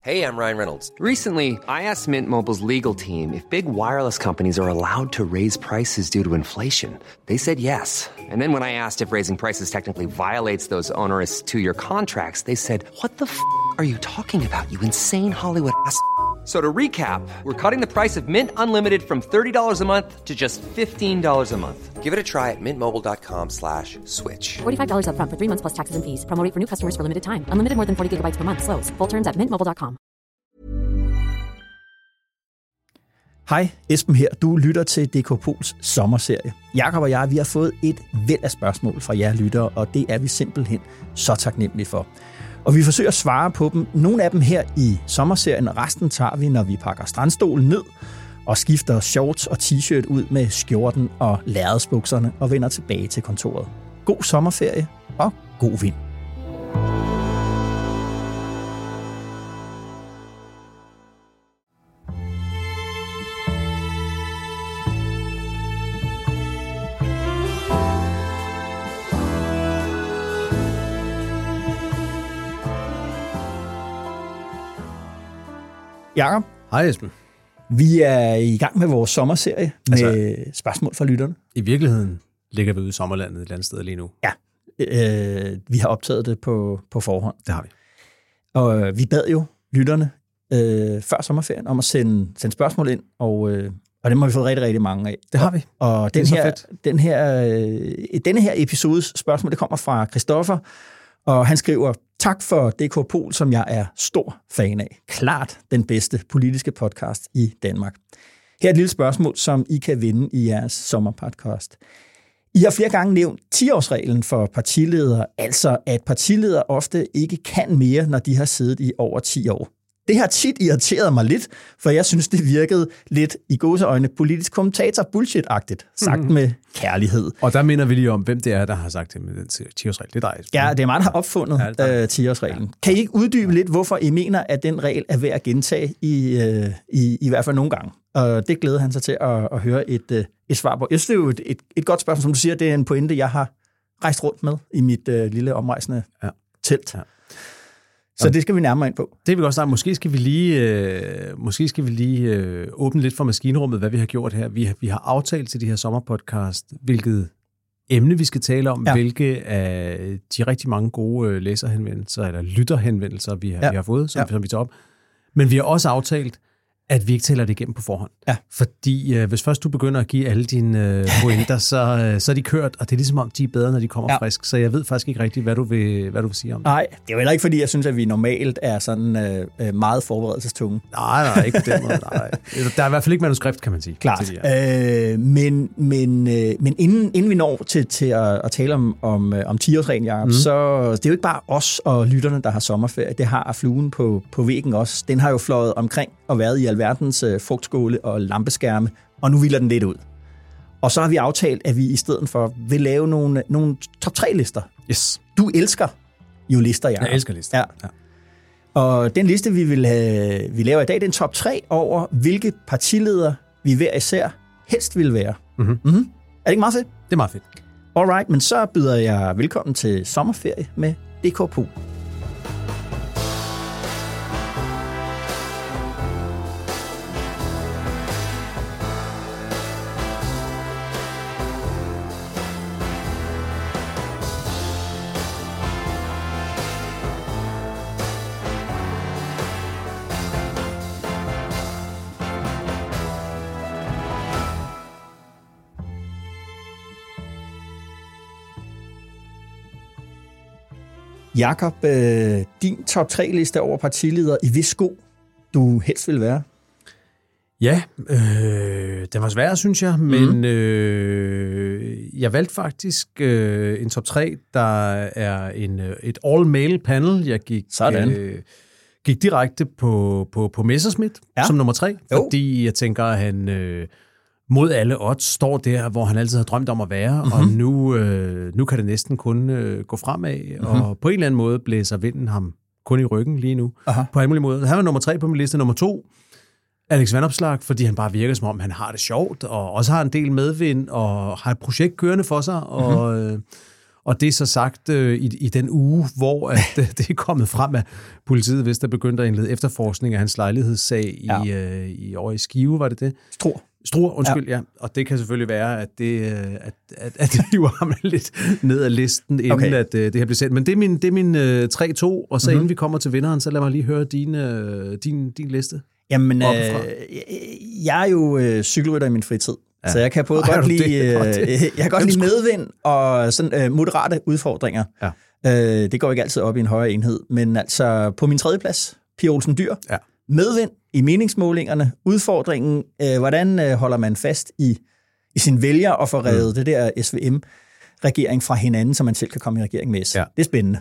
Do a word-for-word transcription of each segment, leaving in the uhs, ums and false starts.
Hey, I'm Ryan Reynolds. Recently, I asked Mint Mobile's legal team if big wireless companies are allowed to raise prices due to inflation. They said yes. And then when I asked if raising prices technically violates those onerous two-year contracts, they said, what the f*** are you talking about, you insane Hollywood ass f- So to recap, we're cutting the price of Mint Unlimited from thirty dollars a month to just fifteen dollars a month. Give it a try at mintmobile.com slash switch. forty-five dollars up front for three months plus taxes and fees. Promo rate for new customers for limited time. Unlimited more than forty gigabytes per month. Slows full terms at mint mobile punktum com. Hej, Esben her. Du lytter til D K Pols sommerserie. Jakob og jeg, vi har fået et væld af spørgsmål fra jer lyttere, og det er vi simpelthen så taknemmelige for. Og vi forsøger at svare på dem. Nogle af dem her i sommerserien, resten tager vi, når vi pakker strandstolen ned og skifter shorts og t-shirt ud med skjorten og lærredsbukserne og vender tilbage til kontoret. God sommerferie og god vind. Jakob. Hej Esben. Vi er i gang med vores sommerserie med altså, spørgsmål fra lytterne. I virkeligheden ligger vi ude i sommerlandet et eller andet sted lige nu. Ja, øh, vi har optaget det på, på forhånd. Det har vi. Og øh, vi bad jo lytterne øh, før sommerferien om at sende, sende spørgsmål ind, og, øh, og dem har vi fået rigtig, rigtig mange af. Det har vi. Og, og den, det er her, den her, øh, denne her episodes spørgsmål, det kommer fra Christoffer, og han skriver, tak for D K Pol, som jeg er stor fan af. Klart den bedste politiske podcast i Danmark. Her er et lille spørgsmål, som I kan vinde i jeres sommerpodcast. I har flere gange nævnt ti-årsreglen for partiledere, altså at partiledere ofte ikke kan mere, når de har siddet i over ti år. Det har tit irriteret mig lidt, for jeg synes, det virkede lidt i gåseøjne politisk kommentator bullshit-agtigt, sagt mm. med kærlighed. Og der minder vi lige om, hvem det er, der har sagt det med den ti-årsregel. Det er dig. Ja, det er mig, der har opfundet ja, ti-årsreglen. Ja. Kan I ikke uddybe lidt, hvorfor I mener, at den regel er værd at gentage i, øh, i, i hvert fald nogle gange? Og det glæder han sig til at, at høre et, øh, et svar på. Jeg synes, det er jo et, et, et godt spørgsmål, som du siger. Det er en pointe, jeg har rejst rundt med i mit øh, lille omrejsende ja. telt. Ja. Så det skal vi nærmere ind på. Det vil godt starte. Måske skal vi lige, øh, måske skal vi lige øh, åbne lidt for maskinrummet, hvad vi har gjort her. Vi har, vi har aftalt til de her sommerpodcast, hvilket emne vi skal tale om, ja. hvilke af de rigtig mange gode øh, læserhenvendelser, eller lytterhenvendelser, vi har, ja. vi har fået, som, ja. som vi tager op. Men vi har også aftalt, at vi ikke tæller det igennem på forhånd. Ja. Fordi øh, hvis først du begynder at give alle dine øh, pointer, så, øh, så er de kørt, og det er ligesom om, de er bedre, når de kommer ja. frisk. Så jeg ved faktisk ikke rigtigt, hvad du vil, hvad du vil sige om det. Nej, det er jo heller ikke, fordi jeg synes, at vi normalt er sådan øh, meget forberedelsestunge. Nej, nej, ikke på den måde. Nej. Der er i hvert fald ikke manuskript, kan man sige. Klart. Øh, men men, øh, men inden, inden vi når til, til at, at tale om, om, om ti-årsreglen, Jacob, mm. så det er jo ikke bare os og lytterne, der har sommerferie. Det har fluen på, på væggen også. Den har jo fløjet omkring og været i alverdens øh, frugtskåle og lampeskærme, og nu hviler den lidt ud. Og så har vi aftalt, at vi i stedet for vil lave nogle, nogle top tre lister. Yes. Du elsker jo lister, Jacob. Jeg elsker lister. Ja. Ja. Og den liste, vi, vil have, vi laver i dag, det er en top tre over, hvilke partiledere vi hver især helst vil være. Mm-hmm. Mm-hmm. Er det ikke meget fedt? Det er meget fedt. Alright, men så byder jeg velkommen til sommerferie med D K Pol. Jakob, øh, din top tre liste over partiledere, i hvis sko du helst vil være? Ja, øh, den var svær, synes jeg, men mm. øh, jeg valgte faktisk øh, en top tre, der er en, et all-male panel. Jeg gik, øh, gik direkte på, på, på Messerschmidt ja. som nummer tre, jo. fordi jeg tænker, at han øh, mod alle odds står der, hvor han altid har drømt om at være, mm-hmm. og nu, øh, nu kan det næsten kun øh, gå fremad, mm-hmm. og på en eller anden måde blæser vinden ham kun i ryggen lige nu. Aha. På en mulig måde. Han var nummer tre på min liste. Nummer to, Alex Vanopslagh, fordi han bare virker som om, han har det sjovt, og også har en del medvind, og har et projekt kørende for sig, og, mm-hmm. Og det er så sagt øh, i, i den uge, hvor at, det er kommet frem, at politiet vist er begyndt at indlede efterforskning af hans lejlighedssag ja. i, øh, i år i Skive, var det det? Struer. Struer, undskyld, ja. ja. Og det kan selvfølgelig være, at det, at, at, at det hiver ham lidt ned ad listen, inden okay. at, uh, det her bliver sendt. Men det er min, det er min uh, tre to, og så mm-hmm. inden vi kommer til vinderen, så lad mig lige høre din, uh, din, din liste. Jamen, øh, jeg er jo øh, cykelrytter i min fritid, ja. Så jeg kan både Ej, godt lide, øh, jeg kan godt lide medvind og sådan, øh, moderate udfordringer. Ja. Øh, det går ikke altid op i en højere enhed, men altså på min tredje plads, Pia Olsen Dyhr, ja. Medvind i meningsmålingerne, udfordringen, øh, hvordan øh, holder man fast i, i sin vælger og får revet mm. det der S V M-regering fra hinanden, så man selv kan komme i regering med. Ja. Det er spændende.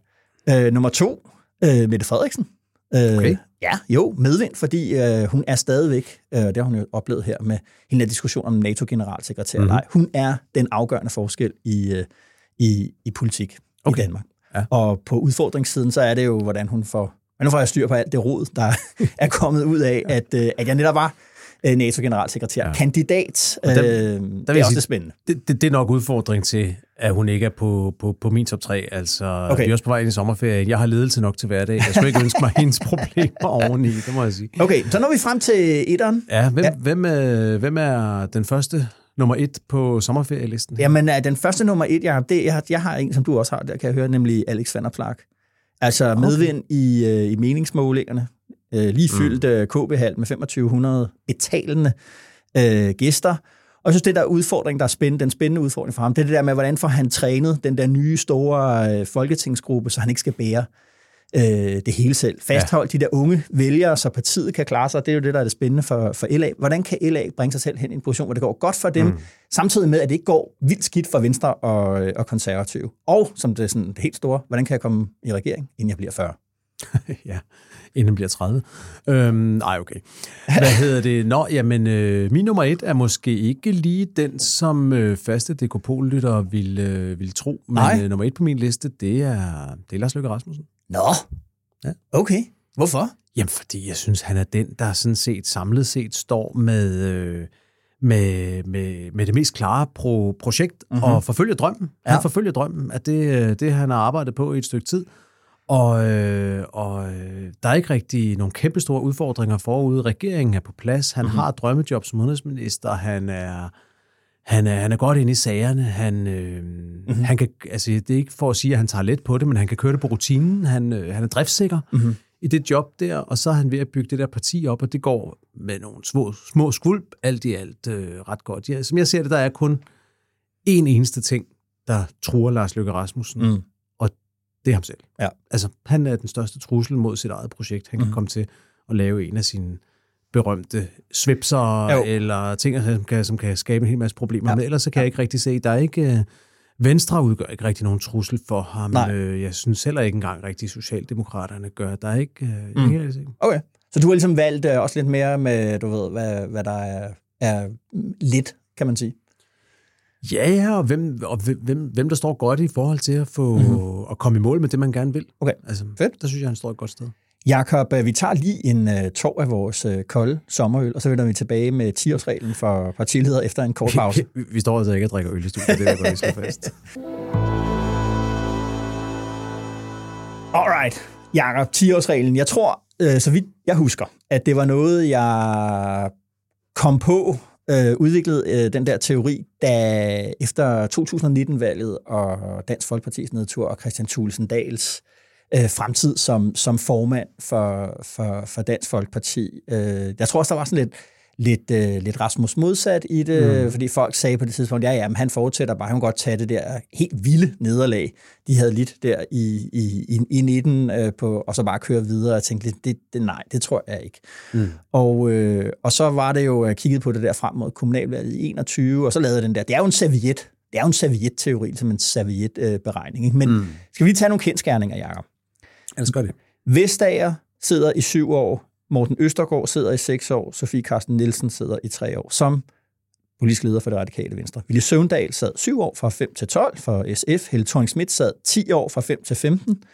Ja. Øh, nummer to, øh, Mette Frederiksen. Øh, okay. Ja, jo, medvind, fordi øh, hun er stadigvæk, øh, det har hun jo oplevet her med hele diskussion om NATO-generalsekretær. Mm-hmm. Nej, hun er den afgørende forskel i, øh, i, i politik okay. i Danmark. Ja. Og på udfordringssiden, så er det jo, hvordan hun får, nu får jeg styr på alt det rod, der er kommet ud af, at, øh, at jeg netop var NATO-generalsekretær. Ja. Kandidat, der, øh, det er også sige, spændende. Det, det, det er nok udfordring til, at hun ikke er på, på, på min top tre. Altså, okay. Vi er også på vej ind i sommerferien. Jeg har ledelse nok til hverdag. Jeg skulle ikke ønske mig hendes problemer oveni, det må jeg sige. Okay, så når vi frem til etteren. Ja, hvem, ja. Hvem, er, hvem er den første nummer et på sommerferielisten? Jamen, den første nummer et, jeg har, det, jeg, har, jeg har en, som du også har, der kan jeg høre, nemlig Alex Vanopslagh. Altså okay. medvind i, i meningsmålingerne. Lige fyldt mm. K B-hal med femogtyve hundrede betalende øh, gæster. Og jeg synes, det der udfordring, der er spændende, den spændende udfordring for ham, det er det der med, hvordan får han trænet den der nye store øh, folketingsgruppe, så han ikke skal bære øh, det hele selv. Fasthold ja. De der unge vælgere, så partiet kan klare sig. Det er jo det, der er det spændende for, for L A. Hvordan kan L A bringe sig selv hen i en position, hvor det går godt for dem, mm. samtidig med, at det ikke går vildt skidt for Venstre og, og Konservative. Og som det er sådan det helt store, hvordan kan jeg komme i regering, inden jeg bliver fyrre? Ja, inden jeg bliver tredive. Øhm, ej, okay. Hvad hedder det? Nå, jamen, øh, min nummer et er måske ikke lige den, som øh, faste D K Pol-lyttere vil, øh, vil tro. Men øh, nummer et på min liste, det er, det er Lars Løkke Rasmussen. Nå, ja. Okay. Hvorfor? Jamen, fordi jeg synes, han er den, der sådan set samlet set står med, øh, med, med, med det mest klare pro- projekt mm-hmm. og forfølger drømmen. Han ja. forfølger drømmen, at det, det, han har arbejdet på i et stykke tid. Og, øh, og øh, der er ikke rigtig nogle kæmpe store udfordringer forude. Regeringen er på plads. Han mm-hmm. har drømmejob som udenrigsminister. Han er, han er, han er godt inde i sagerne. Han, øh, mm-hmm. han kan, altså, det er ikke for at sige, at han tager let på det, men han kan køre det på rutinen. Han, øh, han er driftsikker mm-hmm. i det job der, og så er han ved at bygge det der parti op, og det går med nogle små, små skvulp, alt i alt øh, ret godt. Ja, som jeg ser det, der er kun én eneste ting, der truer Lars Løkke Rasmussen. Mm. Det er ham selv. Ja. Altså, han er den største trussel mod sit eget projekt. Han kan mm. komme til at lave en af sine berømte svipser, jo. Eller ting, som kan, som kan skabe en hel masse problemer. Ja. Men ellers så kan ja. jeg ikke rigtig se, der er ikke... Venstre udgør ikke rigtig nogen trussel for ham. Nej. Jeg synes heller ikke engang rigtig, Socialdemokraterne gør. Der er ikke... Mm. ikke okay. Så du har ligesom valgt uh, også lidt mere med, du ved, hvad, hvad der er, er lidt, kan man sige? Ja, ja, og, hvem, og hvem, hvem der står godt i forhold til at få mm-hmm. at komme i mål med det, man gerne vil. Okay, altså, fedt. Der synes jeg, han står et godt sted. Jakob, vi tager lige en uh, tår af vores uh, kolde sommerøl, og så vender vi tilbage med ti-årsreglen for partileder efter en kort pause. Vi, vi står altså ikke og drikker øl i studiet, det er godt, vi skal fast. Alright, Jakob, ti-årsreglen. Jeg tror, uh, så vidt jeg husker, at det var noget, jeg kom på, Øh, udviklet øh, den der teori, da efter to tusind nitten-valget og Dansk Folkepartis nedtur og Kristian Thulesen Dahls øh, fremtid som, som formand for, for, for Dansk Folkeparti. Øh, jeg tror også, der var sådan lidt, lidt, øh, lidt Rasmus modsat i det, mm. fordi folk sagde på det tidspunkt, ja, ja, men han fortsætter bare, han kan godt tage det der helt vilde nederlag, de havde lidt der i, i, i, i nitten, øh, på, og så bare køre videre og tænke lidt, det, det, nej, det tror jeg ikke. Mm. Og, øh, og så var det jo kigget på det der frem mod kommunalvalget i enogtyve, og så lavede den der, det er jo en serviet, det er jo en serviet-teori, som en serviet-beregning, ikke? Men mm. skal vi lige tage nogle kendskærninger, Jacob? Ellers gør det. Vestager sidder i syv år, Morten Østergaard sidder i seks år, Sofie Carsten Nielsen sidder i tre år, som politisk leder for Det Radikale Venstre. Villy Søvndal sad syv år fra fem til tolv for S F, Helle Thorning-Schmidt sad ti år fra fem til femten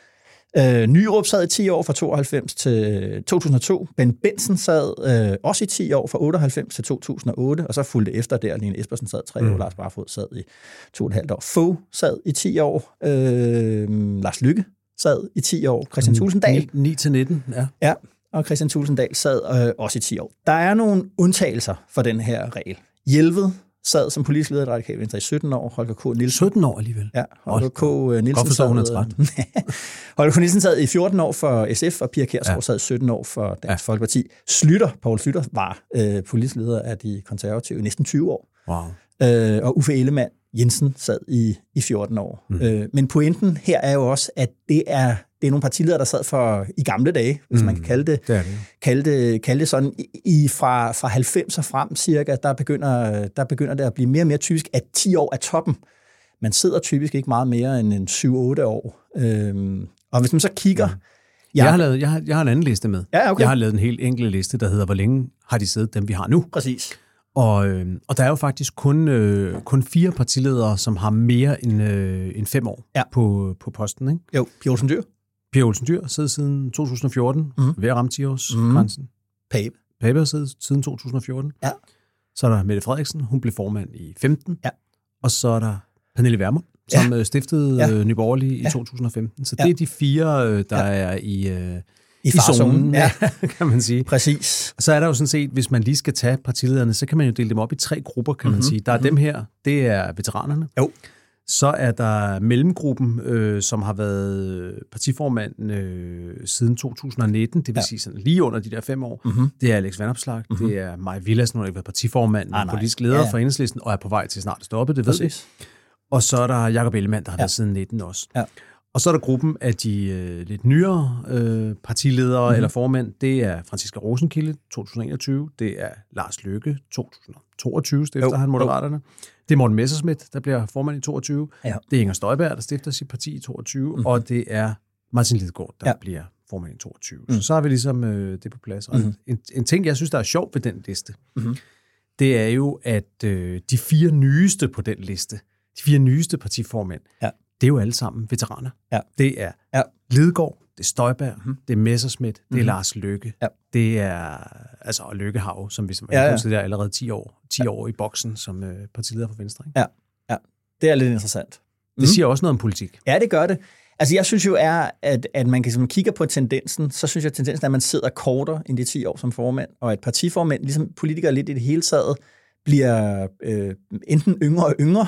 Øh, Nyrup sad i ti år fra tooghalvfems til to tusind og to. Ben Benson sad øh, også i ti år fra otteoghalvfems til to tusind og otte, og så fulgte efter der. Lene Espersen sad tre mm. år, Lars Barfod sad i to og et halvt år. Fogh sad i ti år. Øh, Lars Løkke sad i ti år. Christian Thulesen Dahl. ni til nitten, ja. Ja, og Christian Thulesen Dahl sad øh, også i ti år. Der er nogle undtagelser for den her regel. Hjelved sad som politisk leder i Radikale Venstre i sytten år. Holger K. Nielsen. sytten år alligevel. Ja, Holger K. Nielsen sad, Holger K. Nielsen sad i fjorten år for S F, og Pia Kjærsgaard ja. sad i sytten år for Dansk ja. Folkeparti. Slytter, Poul Slytter, var øh, politisk leder af de konservative i næsten tyve år. Wow. Øh, og Uffe Ellemann Jensen sad i, i fjorten år. Mm. Øh, men pointen her er jo også, at det er, det er nogle partiledere, der sad for i gamle dage, hvis mm. man kan kalde det, det, det. Kalde det, kalde det sådan. I, fra, fra halvfems og frem cirka, der begynder, der begynder det at blive mere og mere typisk, at ti år er toppen. Man sidder typisk ikke meget mere end en syv otte år. Øhm, og hvis man så kigger... Ja. Jeg, jeg, har lavet, jeg, har, jeg har en anden liste med. Ja, okay. Jeg har lavet en helt enkel liste, der hedder, hvor længe har de siddet, dem vi har nu. Præcis. Og, øh, og der er jo faktisk kun, øh, kun fire partiledere, som har mere end, øh, end fem år ja. på, på posten. Ikke? Jo, Pia Olsen Dyhr. Pia Olsen Dyhr sidder siden to tusind og fjorten, mm. ved at ramme ti års mm. grænsen. Pape. Pape har siddet siden to tusind og fjorten. Ja. Så er der Mette Frederiksen, hun blev formand i femten. Ja. Og så er der Pernille Vermund, som ja. stiftede ja. Nye Borgerlige i ja. to tusind og femten. Så det ja. er de fire, der ja. er i... Øh, I, I zonen, ja. kan man sige. Præcis. Så er der jo sådan set, hvis man lige skal tage partilederne, så kan man jo dele dem op i tre grupper, kan mm-hmm. man sige. Der er mm-hmm. dem her, det er veteranerne. Jo. Så er der mellemgruppen, øh, som har været partiformand øh, siden to tusind og nitten, det vil ja. sige sådan lige under de der fem år. Mm-hmm. Det er Alex Vanopslagh, mm-hmm. det er Mai Villadsen, hun har været partiformand, ah, politisk leder ja, ja. for Enhedslisten, og er på vej til snart at stoppe, det ved vi. Og så er der Jakob Ellemann, der har ja. været siden nitten også. Ja. Og så er der gruppen af de øh, lidt nyere øh, partiledere mm-hmm. eller formænd. Det er Franciska Rosenkilde, to tusind og enogtyve. Det er Lars Løkke, to tusind og toogtyve, stifter jo, han Moderaterne. Jo. Det er Morten Messerschmidt, der bliver formand i toogtyve. Ja. Det er Inger Støjberg, der stifter sit parti i toogtyve. Mm-hmm. Og det er Martin Lidegaard, der ja. bliver formand i toogtyve. Mm. Så så har vi ligesom øh, det på plads. Mm-hmm. En, en ting, jeg synes, der er sjovt ved den liste, mm-hmm. det er jo, at øh, de fire nyeste på den liste, de fire nyeste partiformænd, ja. det er jo alle sammen veteraner. Ja. Det er ja. Lidegaard, det er Støjberg, mm-hmm. det er Messerschmidt, det er mm-hmm. Lars Løkke. Ja. Det er, altså, og Løkke har jo, som vi som ja, ja. der allerede ti år, ti ja. år i boksen som øh, partileder for Venstre. Ikke? Ja. ja, det er lidt interessant. Det mm. siger også noget om politik. Ja, det gør det. Altså, jeg synes jo er, at, at man kan, hvis man kigger på tendensen, så synes jeg, at tendensen er, at man sidder kortere end de ti år som formand, og at partiformænd, ligesom politikere lidt i det hele taget, bliver øh, enten yngre og yngre,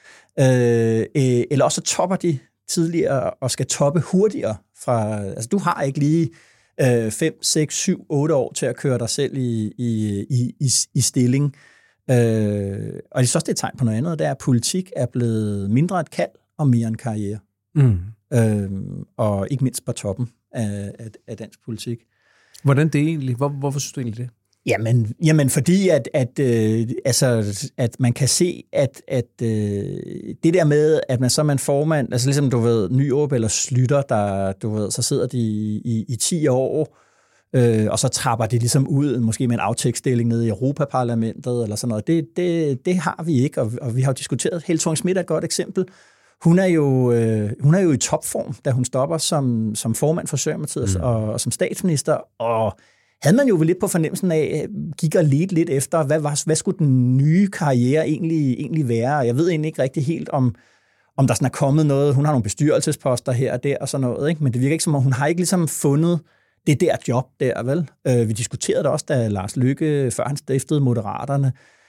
øh, eller også topper de tidligere og skal toppe hurtigere. Fra, altså, du har ikke lige øh, fem, seks, syv, otte år til at køre dig selv i, i, i, i, i stilling. Øh, og jeg synes også, det er et tegn på noget andet, det er, at politik er blevet mindre et kald og mere en karriere. Mm. Øhm, og ikke mindst på toppen af, af, af dansk politik. Hvordan det egentlig? Hvor, hvorfor synes du egentlig det? Jamen, jamen fordi at, at, øh, altså, at man kan se, at, at øh, det der med, at man så er man formand, altså ligesom du ved, Nyrup eller Slytter, der, du ved, så sidder de i, i, i ti år, øh, og så trapper de ligesom ud, måske med en aftektstilling nede i Europaparlamentet, eller sådan noget. Det, det, det har vi ikke, og, og vi har jo diskuteret. Helle Thorning-Schmidt er et godt eksempel. Hun er, jo, øh, hun er jo i topform, da hun stopper som, som formand for Socialdemokratiet mm. og, og som statsminister, og havde man jo vel lidt på fornemmelsen af, gik og ledte lidt efter, hvad, hvad, hvad skulle den nye karriere egentlig, egentlig være? Jeg ved egentlig ikke rigtig helt, om, om der sådan er kommet noget. Hun har nogle bestyrelsesposter her og der og sådan noget, ikke? Men det virker ikke som om, hun har ikke ligesom fundet det der job der, vel? Øh, vi diskuterede det også, da Lars Løkke, før han stiftede Moderaterne,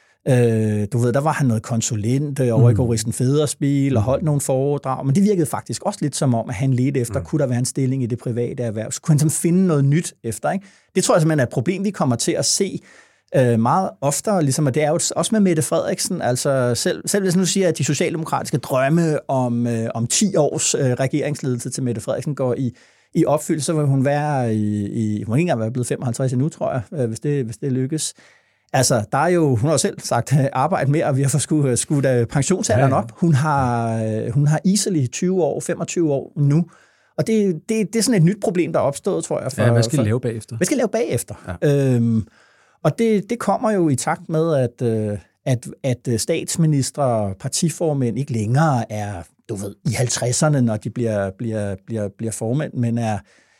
Øh, du ved, der var han noget konsulent øh, over mm. i Goristen Federspil og holdt nogle foredrag, men det virkede faktisk også lidt som om, at han ledte efter, mm. kunne der være en stilling i det private erhverv, så kunne han sådan finde noget nyt efter, ikke? Det tror jeg simpelthen er et problem, vi kommer til at se øh, meget oftere, ligesom, og det er jo også med Mette Frederiksen, altså selv, selv hvis nu siger, at de socialdemokratiske drømme om, øh, om ti års øh, regeringsledelse til Mette Frederiksen går i i opfyldelse, så vil hun være i, i hun må ikke engang være blevet femoghalvtreds endnu, tror jeg, øh, hvis, det, hvis det lykkes. Altså, der er jo, hun har jo selv sagt, arbejde med, og vi har fået skudt, skudt pensionsalderen op. Hun har, hun har easily tyve år, femogtyve år nu. Og det, det, det er sådan et nyt problem, der er opstået, tror jeg. For, ja, hvad skal for, lave bagefter? Hvad skal lave bagefter? Ja. Øhm, og det, det kommer jo i takt med, at, at, at statsministre og partiformænd ikke længere er du ved, i halvtredserne, når de bliver, bliver, bliver, bliver formænd, men er,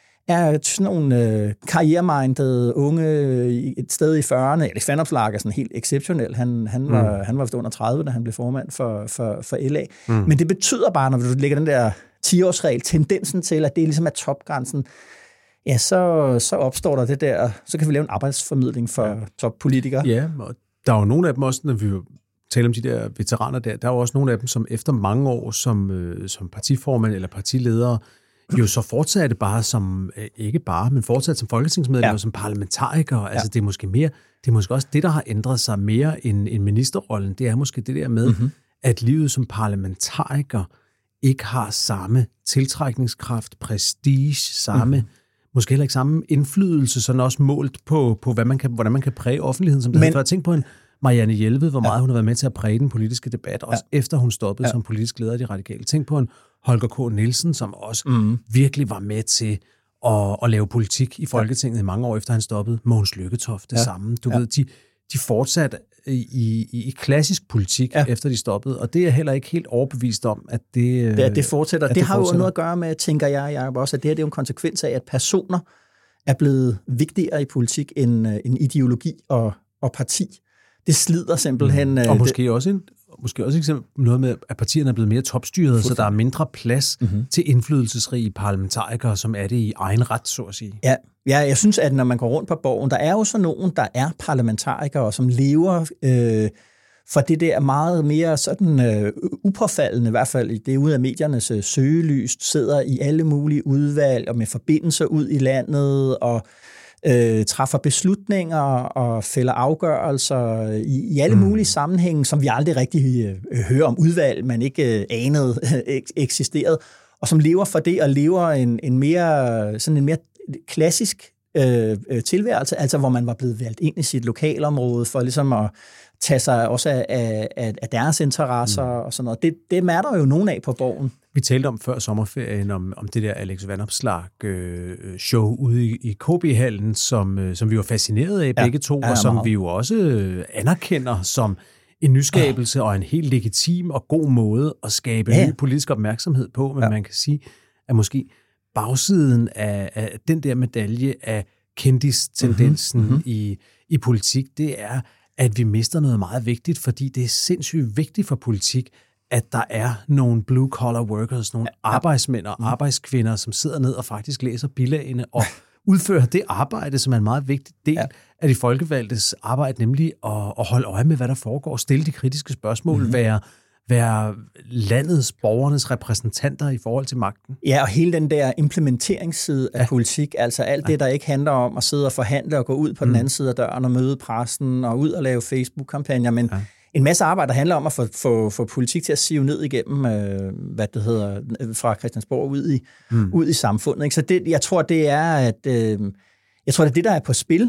er sådan nogle øh, karrieremindede unge et sted i fyrrerne. Alex Vanopslagh er sådan helt exceptionel. Han, han var, mm. han var vist under tredive, da han blev formand for, for, for L A. Mm. Men det betyder bare, når du lægger den der ti-årsregel, tendensen til, at det ligesom er topgrænsen, ja, så, så opstår der det der, så kan vi lave en arbejdsformidling for ja. toppolitikere. Ja, og der er jo nogle af dem også, når vi taler om de der veteraner der, der er jo også nogle af dem, som efter mange år som, øh, som partiformand eller partiledere, jo så fortsatte bare som, øh, ikke bare, men fortsatte som folketingsmedlemmer, ja. som parlamentarikere. Altså ja. det er måske mere, det er måske også det, der har ændret sig mere end, end ministerrollen. Det er måske det der med, mm-hmm. at livet som parlamentariker ikke har samme tiltrækningskraft, prestige, samme, mm-hmm. måske heller ikke samme indflydelse, sådan også målt på, på hvad man kan, hvordan man kan præge offentligheden, som det havde før. Tænk på en Marianne Jelved, hvor meget ja. hun har været med til at præge den politiske debat, også ja. efter hun stoppede ja. som politisk leder af De Radikale. Tænk på en Holger K. Nielsen, som også mm. virkelig var med til at, at lave politik i Folketinget ja. i mange år efter han stoppede. Mogens Lykketoft, det ja. samme. Du ja. ved, de, de fortsatte i, i, i klassisk politik, ja. efter de stoppede, og det er heller ikke helt overbevist om, at det Det, det fortsætter. Det, det har fortsætter. jo noget at gøre med, tænker jeg, Jacob, også, at det her det er jo en konsekvens af, at personer er blevet vigtigere i politik end, end ideologi og, og parti. Det slider simpelthen. Mm. Og måske det, også en, måske også eksempel noget med, at partierne er blevet mere topstyret, så der er mindre plads mm-hmm. til indflydelsesrige parlamentarikere, som er det i egen ret, så at sige. Ja, ja, jeg synes, at når man går rundt på Borgen, der er jo så nogen, der er parlamentarikere, som lever øh, for det der meget mere sådan øh, upåfaldende, i hvert fald det er ude af mediernes øh, søgelys, sidder i alle mulige udvalg og med forbindelser ud i landet og Øh, træffer beslutninger og fælder afgørelser i, i alle mm. mulige sammenhænge, som vi aldrig rigtig øh, hører om udvalg, man ikke øh, anede øh, eksisterede, og som lever for det og lever en, en mere sådan en mere klassisk øh, tilværelse, altså hvor man var blevet valgt ind i sit lokalområde for ligesom at tage sig også af, af, af deres interesser mm. og sådan noget. Det, det mærker jo nogen af på Borgen. Vi talte om før sommerferien, om, om det der Alex Vanopslagh øh, show ude i, i K B-hallen, som, øh, som vi var fascineret af begge ja, to, og som meget. vi jo også øh, anerkender som en nyskabelse ja. og en helt legitim og god måde at skabe ja. ny politisk opmærksomhed på, men ja. man kan sige, at måske bagsiden af, af den der medalje af kendis-tendensen mm-hmm. i, i politik, det er, at vi mister noget meget vigtigt, fordi det er sindssygt vigtigt for politik, at der er nogle blue-collar workers, nogle ja. arbejdsmænd og arbejdskvinder, som sidder ned og faktisk læser bilagene og udfører det arbejde, som er en meget vigtig del ja. af de folkevalgtes arbejde, nemlig at, at holde øje med, hvad der foregår, stille de kritiske spørgsmål, mm-hmm. være, være landets, borgernes repræsentanter i forhold til magten. Ja, og hele den der implementeringsside af ja. politik, altså alt det, ja. der ikke handler om at sidde og forhandle og gå ud på mm. den anden side af døren og møde pressen og ud og lave Facebook-kampagner, men ja. en masse arbejde, der handler om at få, få, få politik til at sive ned igennem, øh, hvad det hedder, fra Christiansborg ud i, mm. ud i samfundet. Ikke? Så det, jeg tror, det er, at øh, jeg tror, det er det, der er på spil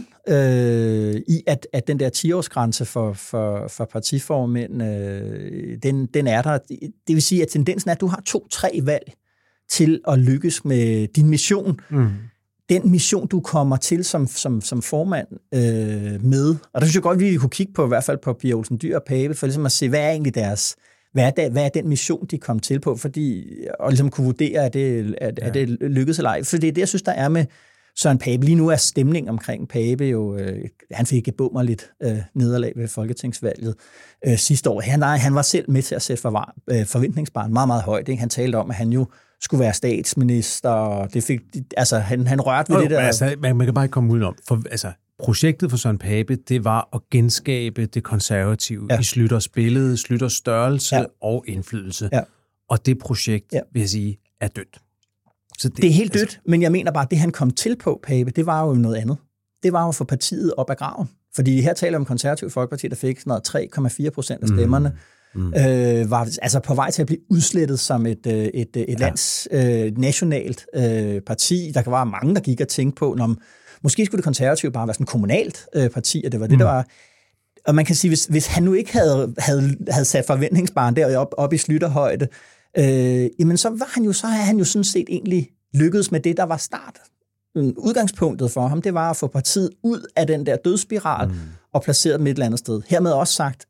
øh, i, at, at den der ti-årsgrænse for, for, for partiformænd, øh, den, den er der. Det vil sige, at tendensen er, at du har to-tre valg til at lykkes med din mission. Mm. Den mission, du kommer til som, som, som formand øh, med. Og der synes jeg godt, vi kunne kigge på, i hvert fald på Pia Olsen Dyhr og Pape, for ligesom at se, hvad er egentlig deres, hvad er, der, hvad er den mission, de kom til på, fordi, og ligesom kunne vurdere, at det, at, ja. at det lykkedes eller ej. For det er det, jeg synes, der er med Søren Pape. Lige nu er stemning omkring Pape jo, øh, han fik et bummerligt øh, nederlag ved folketingsvalget øh, sidste år. Han, nej, han var selv med til at sætte for, øh, forventningsbarn meget, meget højt. Ikke? Han talte om, at han jo skulle være statsminister, og det fik, altså, han, han rørte ved oh, det der. Altså, man, man kan bare ikke komme udenom. For, altså, projektet for Søren Pape, det var at genskabe det konservative ja. i Schlüters billede, Schlüters størrelse ja. og indflydelse. Ja. Og det projekt, ja. vil jeg sige, er dødt. Så det, det er helt dødt, altså, men jeg mener bare, at det han kom til på, Pape, det var jo noget andet. Det var jo at få partiet op af graven. Fordi her taler om Konservativ Folkeparti, der fik sådan noget tre komma fire procent af stemmerne. Mm. Mm. Øh, var altså på vej til at blive udslettet som et, et, et, et ja. lands øh, nationalt øh, parti. Der var mange, der gik og tænkte på, når måske skulle det Konservative bare være sådan et kommunalt øh, parti, og det var det, mm. der var. Og man kan sige, hvis, hvis han nu ikke havde, havde, havde sat forventningsbarn deroppe op i Schlüterhøjde, øh, jamen så var han jo, så havde han jo sådan set egentlig lykkedes med det, der var start. Udgangspunktet for ham, det var at få partiet ud af den der dødsspiral mm. og placeret dem et eller andet sted. Hermed også sagt, at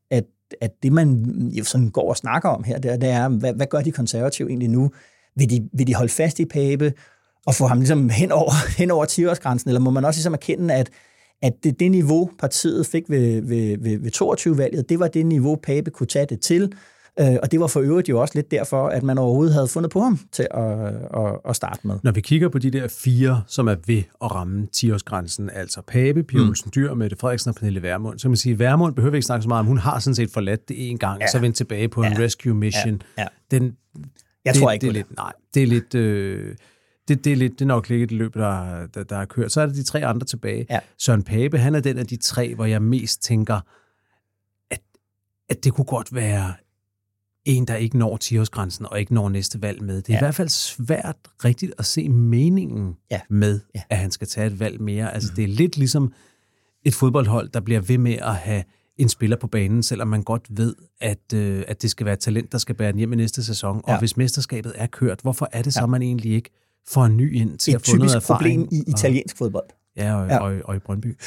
at det, man jo sådan går og snakker om her, det er, det er hvad, hvad gør de konservative egentlig nu? Vil de, vil de holde fast i Pape og få ham ligesom hen over, hen over ti-årsgrænsen, eller må man også ligesom erkende, at, at det, det niveau, partiet fik ved, ved, ved, ved toogtyve-valget, det var det niveau, Pape kunne tage det til, og det var for øvrigt jo også lidt derfor, at man overhovedet havde fundet på ham til at, at, at starte med. Når vi kigger på de der fire, som er ved at ramme ti-årsgrænsen, altså Pape, Pia Olsen Dyhr, Mette Frederiksen og Pernille Vermund, så kan man sige, at Vermund behøver vi ikke snakke så meget om. Hun har sådan set forladt det en gang, ja. og så vendt tilbage på ja. en rescue mission. Ja. Ja. Den, Jeg det, tror ikke det er lidt, nej, det er lidt... Øh, Det, det, er lidt, det er nok lidt et løb, der, der, der er kørt. Så er der de tre andre tilbage. Ja. Søren Pape, han er den af de tre, hvor jeg mest tænker, at, at det kunne godt være en, der ikke når ti-årsgrænsen og ikke når næste valg med. Det er ja. i hvert fald svært rigtigt at se meningen ja. med, ja. at han skal tage et valg mere. Altså, mm. det er lidt ligesom et fodboldhold, der bliver ved med at have en spiller på banen, selvom man godt ved, at, øh, at det skal være talent, der skal bære den hjem i næste sæson. Ja. Og hvis mesterskabet er kørt, hvorfor er det så, ja. man egentlig ikke får en ny ind til et at få noget erfaring? Et typisk problem i italiensk og, fodbold. Ja, og, ja. Og, og i Brøndby.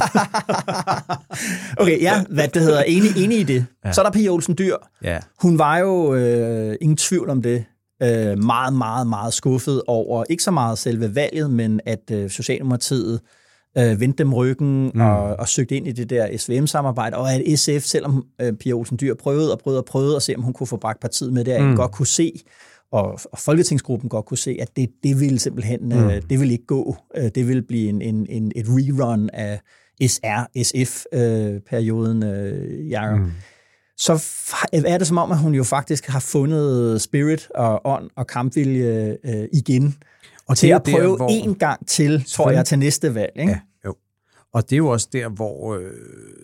Okay, ja, hvad det hedder, enig, enig i det. Ja. Så er der Pia Olsen Dyhr. Ja. Hun var jo, øh, ingen tvivl om det, øh, meget, meget, meget skuffet over, ikke så meget selve valget, men at øh, Socialdemokratiet øh, vendte dem ryggen mm. og, og søgte ind i det der S V M-samarbejde, og at S F, selvom øh, Pia Olsen Dyhr prøvede og prøvede og prøvede at se, om hun kunne få bragt partiet med der, mm. godt kunne se, og, og Folketingsgruppen godt kunne se, at det, det ville simpelthen, mm. øh, det ville ikke gå. Øh, det ville blive en, en, en, et rerun af S R S F-perioden, øh, Jacob. Mm. Så er det som om, at hun jo faktisk har fundet spirit og ånd og kampvilje øh, igen, og til at prøve der, hvor... en gang til, tror jeg, til næste valg. Ikke? Ja, jo. Og det er jo også der, hvor... Øh...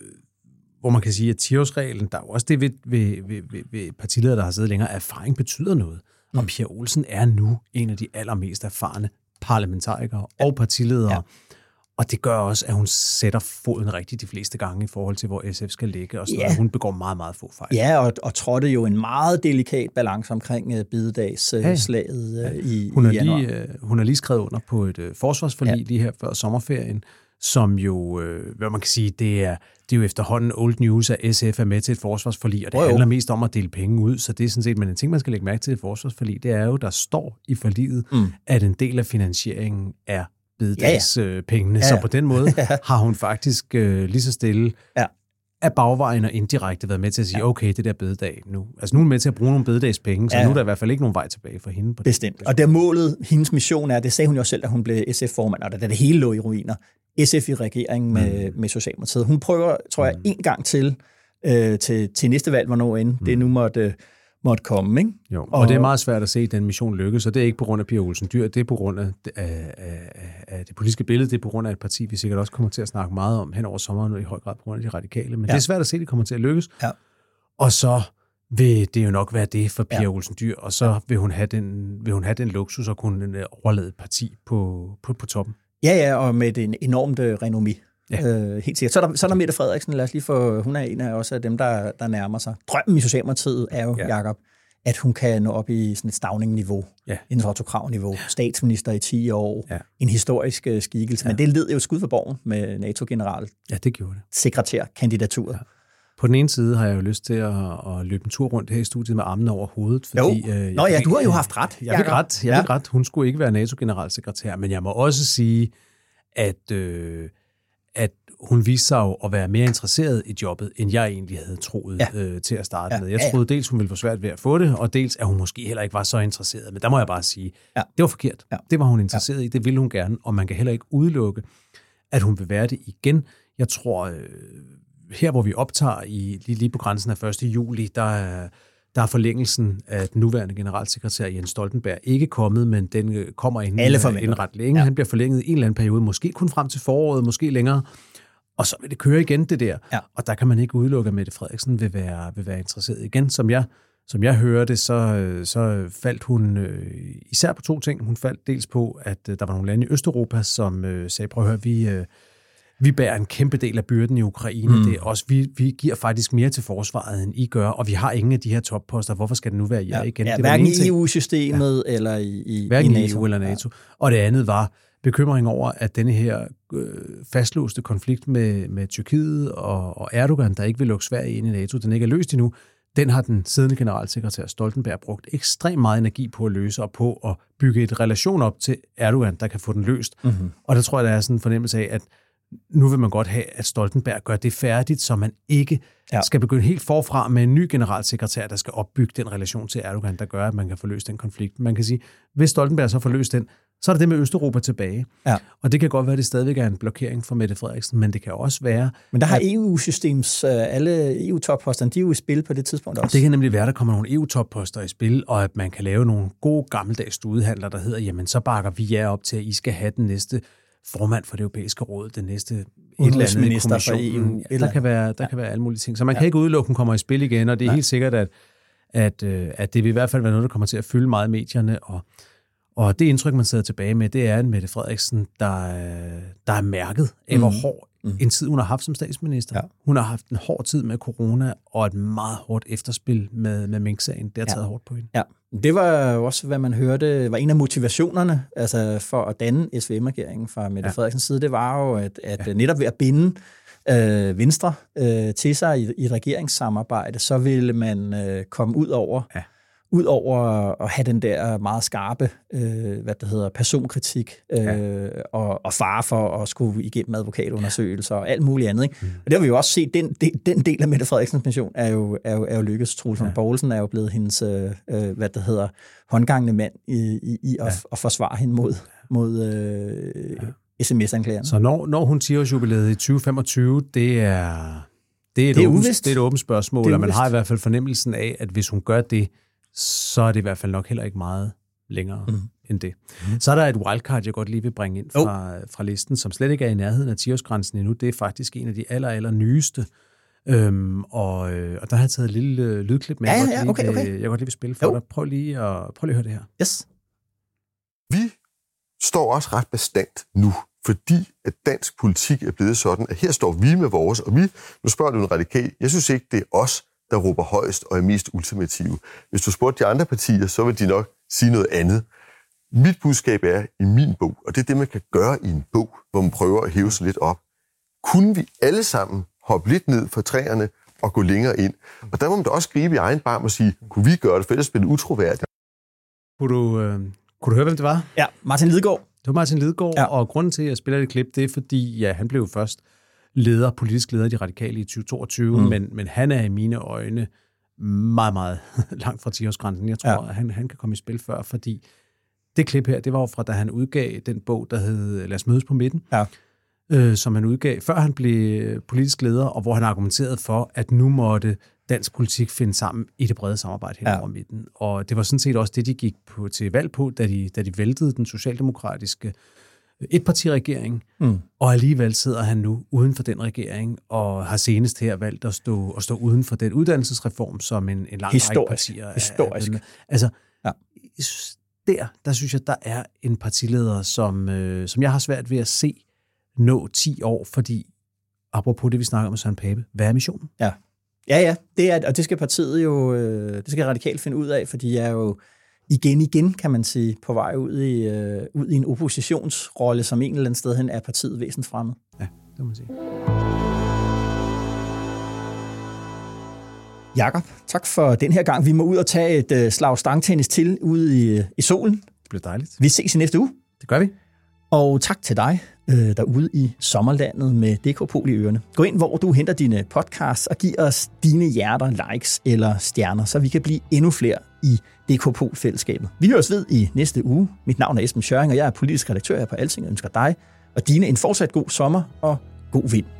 hvor man kan sige, at ti-årsreglen, der er jo også det ved, ved, ved, ved partiledere, der har siddet længere, erfaring betyder noget. Og Pia Olsen er nu en af de allermest erfarne parlamentarikere og partiledere. Ja. Og det gør også, at hun sætter foden rigtigt de fleste gange i forhold til, hvor S F skal ligge. Og sådan ja. Hun begår meget, meget få fejl. Ja, og, og trådte jo en meget delikat balance omkring uh, bededagsslaget uh, ja. i, hun i januar. Lige, uh, hun har lige skrevet under på et uh, forsvarsforlig ja. lige her før sommerferien, som jo, øh, hvad man kan sige, det er, det er jo efterhånden old news, at S F er med til et forsvarsforlig, og det oh, handler mest om at dele penge ud, så det er sådan set, men en ting, man skal lægge mærke til et forsvarsforlig, det er jo, der står i forliget, mm. at en del af finansieringen er bededagspengene, ja, ja. Så på den måde har hun faktisk øh, lige så stille ja. af bagvejen og indirekte været med til at sige, okay, det der bededag nu. Altså nu er hun med til at bruge nogle bededagspenge, så ja. nu er der i hvert fald ikke nogen vej tilbage for hende. På Bestemt. Og der målet, hendes mission er, det sagde hun jo selv, da hun blev S F-formand, og da det hele lå i ruiner, S F i regeringen med, mm. med Socialdemokratiet. Hun prøver, tror jeg, mm. en gang til, øh, til, til næste valg, hvornår end mm. det nu måtte, måtte komme. Ikke? Jo, og, og det er meget svært at se, at den mission lykkes, og det er ikke på grund af Pia Olsen Dyhr, det er på grund af, af, af, af det politiske billede, det er på grund af et parti, vi sikkert også kommer til at snakke meget om hen over sommeren, og i høj grad på grund af de radikale. Men ja. det er svært at se, at det kommer til at lykkes. Ja. Og så vil det jo nok være det for Pia ja. Olsen Dyhr, og så vil hun have den, vil hun have den luksus at kunne overlade et parti på, på, på toppen. Ja, ja, og med et enormt uh, renommé. Ja. Øh, helt sikkert. Så er, der, så er der Mette Frederiksen, lad os lige få, hun er en af også af dem, der, der nærmer sig. Drømmen i Socialdemokratiet er jo, ja. Jacob, at hun kan nå op i sådan et stavning-niveau, ja. en Otto-Krav-niveau, statsminister i ti år, ja. en historisk uh, skikkelse, ja. men det led jo skud for borgen med NATO-general. Ja, det gjorde det. Sekretærkandidaturet. Ja. På den ene side har jeg jo lyst til at, at løbe en tur rundt her i studiet med armene over hovedet. Fordi, jo. Øh, Nå ja, du har jo haft ret. Jeg fik ret. Jeg fik ret. Hun skulle ikke være NATO-generalsekretær, men jeg må også sige, at, øh, at hun viste sig jo at være mere interesseret i jobbet, end jeg egentlig havde troet ja. øh, til at starte ja. med. Jeg troede dels, hun ville få svært ved at få det, og dels, at hun måske heller ikke var så interesseret. Men der må jeg bare sige, ja. det var forkert. Ja. Det var hun interesseret ja. i, det ville hun gerne, og man kan heller ikke udelukke, at hun vil være det igen. Jeg tror... Øh, her, hvor vi optager i, lige, lige på grænsen af første juli, der er, der er forlængelsen af den nuværende generalsekretær Jens Stoltenberg ikke kommet, men den kommer inden, inden ret længe. Ja. Han bliver forlænget i en eller anden periode, måske kun frem til foråret, måske længere, og så vil det køre igen, det der. Ja. Og der kan man ikke udelukke, at Mette Frederiksen vil være, vil være interesseret igen. Som jeg, som jeg hører det, så, så faldt hun øh, især på to ting. Hun faldt dels på, at øh, der var nogle lande i Østeuropa, som øh, sagde, prøv at høre, vi... Øh, Vi bærer en kæmpe del af byrden i Ukraine. Mm. Det er også, vi, vi giver faktisk mere til forsvaret, end I gør, og vi har ingen af de her topposter. Hvorfor skal det nu være jer ja, igen? Ja, det hverken i E U-systemet ja. eller i, i, hverken i NATO. E U eller NATO. Ja. Og det andet var, bekymring over, at denne her øh, fastlåste konflikt med, med Tyrkiet og, og Erdogan, der ikke vil lukke Sverige ind i NATO, den ikke er løst endnu, den har den siddende generalsekretær Stoltenberg brugt ekstremt meget energi på at løse og på at bygge et relation op til Erdogan, der kan få den løst. Mm-hmm. Og der tror jeg, der er sådan en fornemmelse af, at nu vil man godt have, at Stoltenberg gør det færdigt, så man ikke ja. skal begynde helt forfra med en ny generalsekretær, der skal opbygge den relation til Erdogan, der gør, at man kan få løst den konflikt. Man kan sige, hvis Stoltenberg så får løst den, så er det det med Østeuropa tilbage. Ja. Og det kan godt være, at det stadigvæk er en blokering for Mette Frederiksen, men det kan også være... Men der har at, E U-systems, alle E U-topposterne, de er jo i spil på det tidspunkt også. Det kan nemlig være, at der kommer nogle E U-topposter i spil, og at man kan lave nogle gode gammeldags studehandler, der hedder, jamen så bakker vi jer op til, at I skal have den næste formand for det europæiske råd, den næste et eller andet kommission. E U, ja, der kan være, der ja. kan være alle mulige ting. Så man kan ja. ikke udelukke, den kommer i spil igen, og det er Nej. helt sikkert, at, at, at det vil i hvert fald være noget, der kommer til at fylde meget i medierne, og Og det indtryk, man sidder tilbage med, det er en Mette Frederiksen, der, der er mærket af, hvor hård mm. en tid hun har haft som statsminister. Ja. Hun har haft en hård tid med corona, og et meget hårdt efterspil med, med Mink-sagen. Det har taget ja. hårdt på hende. Ja. Det var også, hvad man hørte, var en af motivationerne altså for at danne S V M-regeringen fra Mette ja. Frederiksens side. Det var jo, at, at ja. netop ved at binde øh, Venstre øh, til sig i, i regeringssamarbejde, så ville man øh, komme ud over... Ja. ud over at have den der meget skarpe øh, hvad det hedder, personkritik øh, ja. og, og fare for at skulle igennem advokatundersøgelser ja. og alt muligt andet. Ikke? Mm. Og det har vi jo også set, den, den, den del af Mette Frederiksens mission er jo, er jo, er jo lykkedes. Troels Lund Poulsen er jo blevet hendes øh, hvad det hedder, håndgangende mand i, i, i at, ja. at forsvare hende mod, mod øh, ja. sms-anklagerne. Så når, når hun ti års jubilæet i tyve femogtyve, det er, det er, et, det er, åbent, det er et åbent spørgsmål, og man har i hvert fald fornemmelsen af, at hvis hun gør det, så er det i hvert fald nok heller ikke meget længere mm. end det. Mm. Så er der et wildcard, jeg godt lige vil bringe ind fra, oh. fra listen, som slet ikke er i nærheden af ti-årsgrænsen endnu. Det er faktisk en af de aller, aller nyeste. Øhm, og, og der har jeg taget et lille lydklip med, ja, ja, ja. Okay, okay. jeg godt lige vil spille for jo. dig. Prøv lige, at, prøv lige at høre det her. Yes. Vi står også ret bastant nu, fordi at dansk politik er blevet sådan, at her står vi med vores, og vi, nu spørger du en radikal, jeg synes ikke, det er os, der råber højst og er mest ultimative. Hvis du spurgte de andre partier, så vil de nok sige noget andet. Mit budskab er i min bog, og det er det, man kan gøre i en bog, hvor man prøver at hæve sig lidt op. Kunne vi alle sammen hoppe lidt ned fra træerne og gå længere ind? Og der må man da også gribe i egen barm og sige, kunne vi gøre det, for ellers bliver det utroværdigt. Kunne du, øh, kunne du høre, hvem det var? Ja, Martin Lidegaard. Det var Martin Lidegaard, ja. Og grunden til, at jeg spiller det klip, det er, fordi ja, han blev først leder, politisk leder af de radikale i tyve toogtyve, mm. men, men han er i mine øjne meget, meget langt fra ti-årsgrænsen. Jeg tror, ja. at han, han kan komme i spil før, fordi det klip her, det var jo fra, da han udgav den bog, der hed Lad os mødes på midten, ja. øh, som han udgav, før han blev politisk leder, og hvor han argumenterede for, at nu måtte dansk politik finde sammen i det brede samarbejde hen over ja. midten. Og det var sådan set også det, de gik på, til valg på, da de, da de væltede den socialdemokratiske etpartiregering, mm. og alligevel sidder han nu uden for den regering, og har senest her valgt at stå, at stå uden for den uddannelsesreform, som en, en lang række partier Historisk. Er, er altså, ja. der, der synes jeg, der er en partileder, som, øh, som jeg har svært ved at se nå ti år, fordi, apropos det, vi snakker om med Søren Pape, hvad er missionen? Ja, ja, ja det er, og det skal partiet jo, øh, det skal radikalt finde ud af, fordi jeg er jo igen, igen, kan man sige, på vej ud i, øh, ud i en oppositionsrolle, som en eller anden sted hen er partiet væsensfremmed. Ja, det må man sige. Jakob, tak for den her gang. Vi må ud og tage et øh, slag stangtennis til ude i, i solen. Det bliver dejligt. Vi ses i næste uge. Det gør vi. Og tak til dig øh, derude i sommerlandet med D K Pol i ørerne. Gå ind, hvor du henter dine podcasts, og giv os dine hjerter, likes eller stjerner, så vi kan blive endnu flere i D K Pol-fællesskabet. Vi høres ved i næste uge. Mit navn er Esben Schøring, og jeg er politisk redaktør her på Altinget. Jeg ønsker dig og dine en fortsat god sommer og god vind.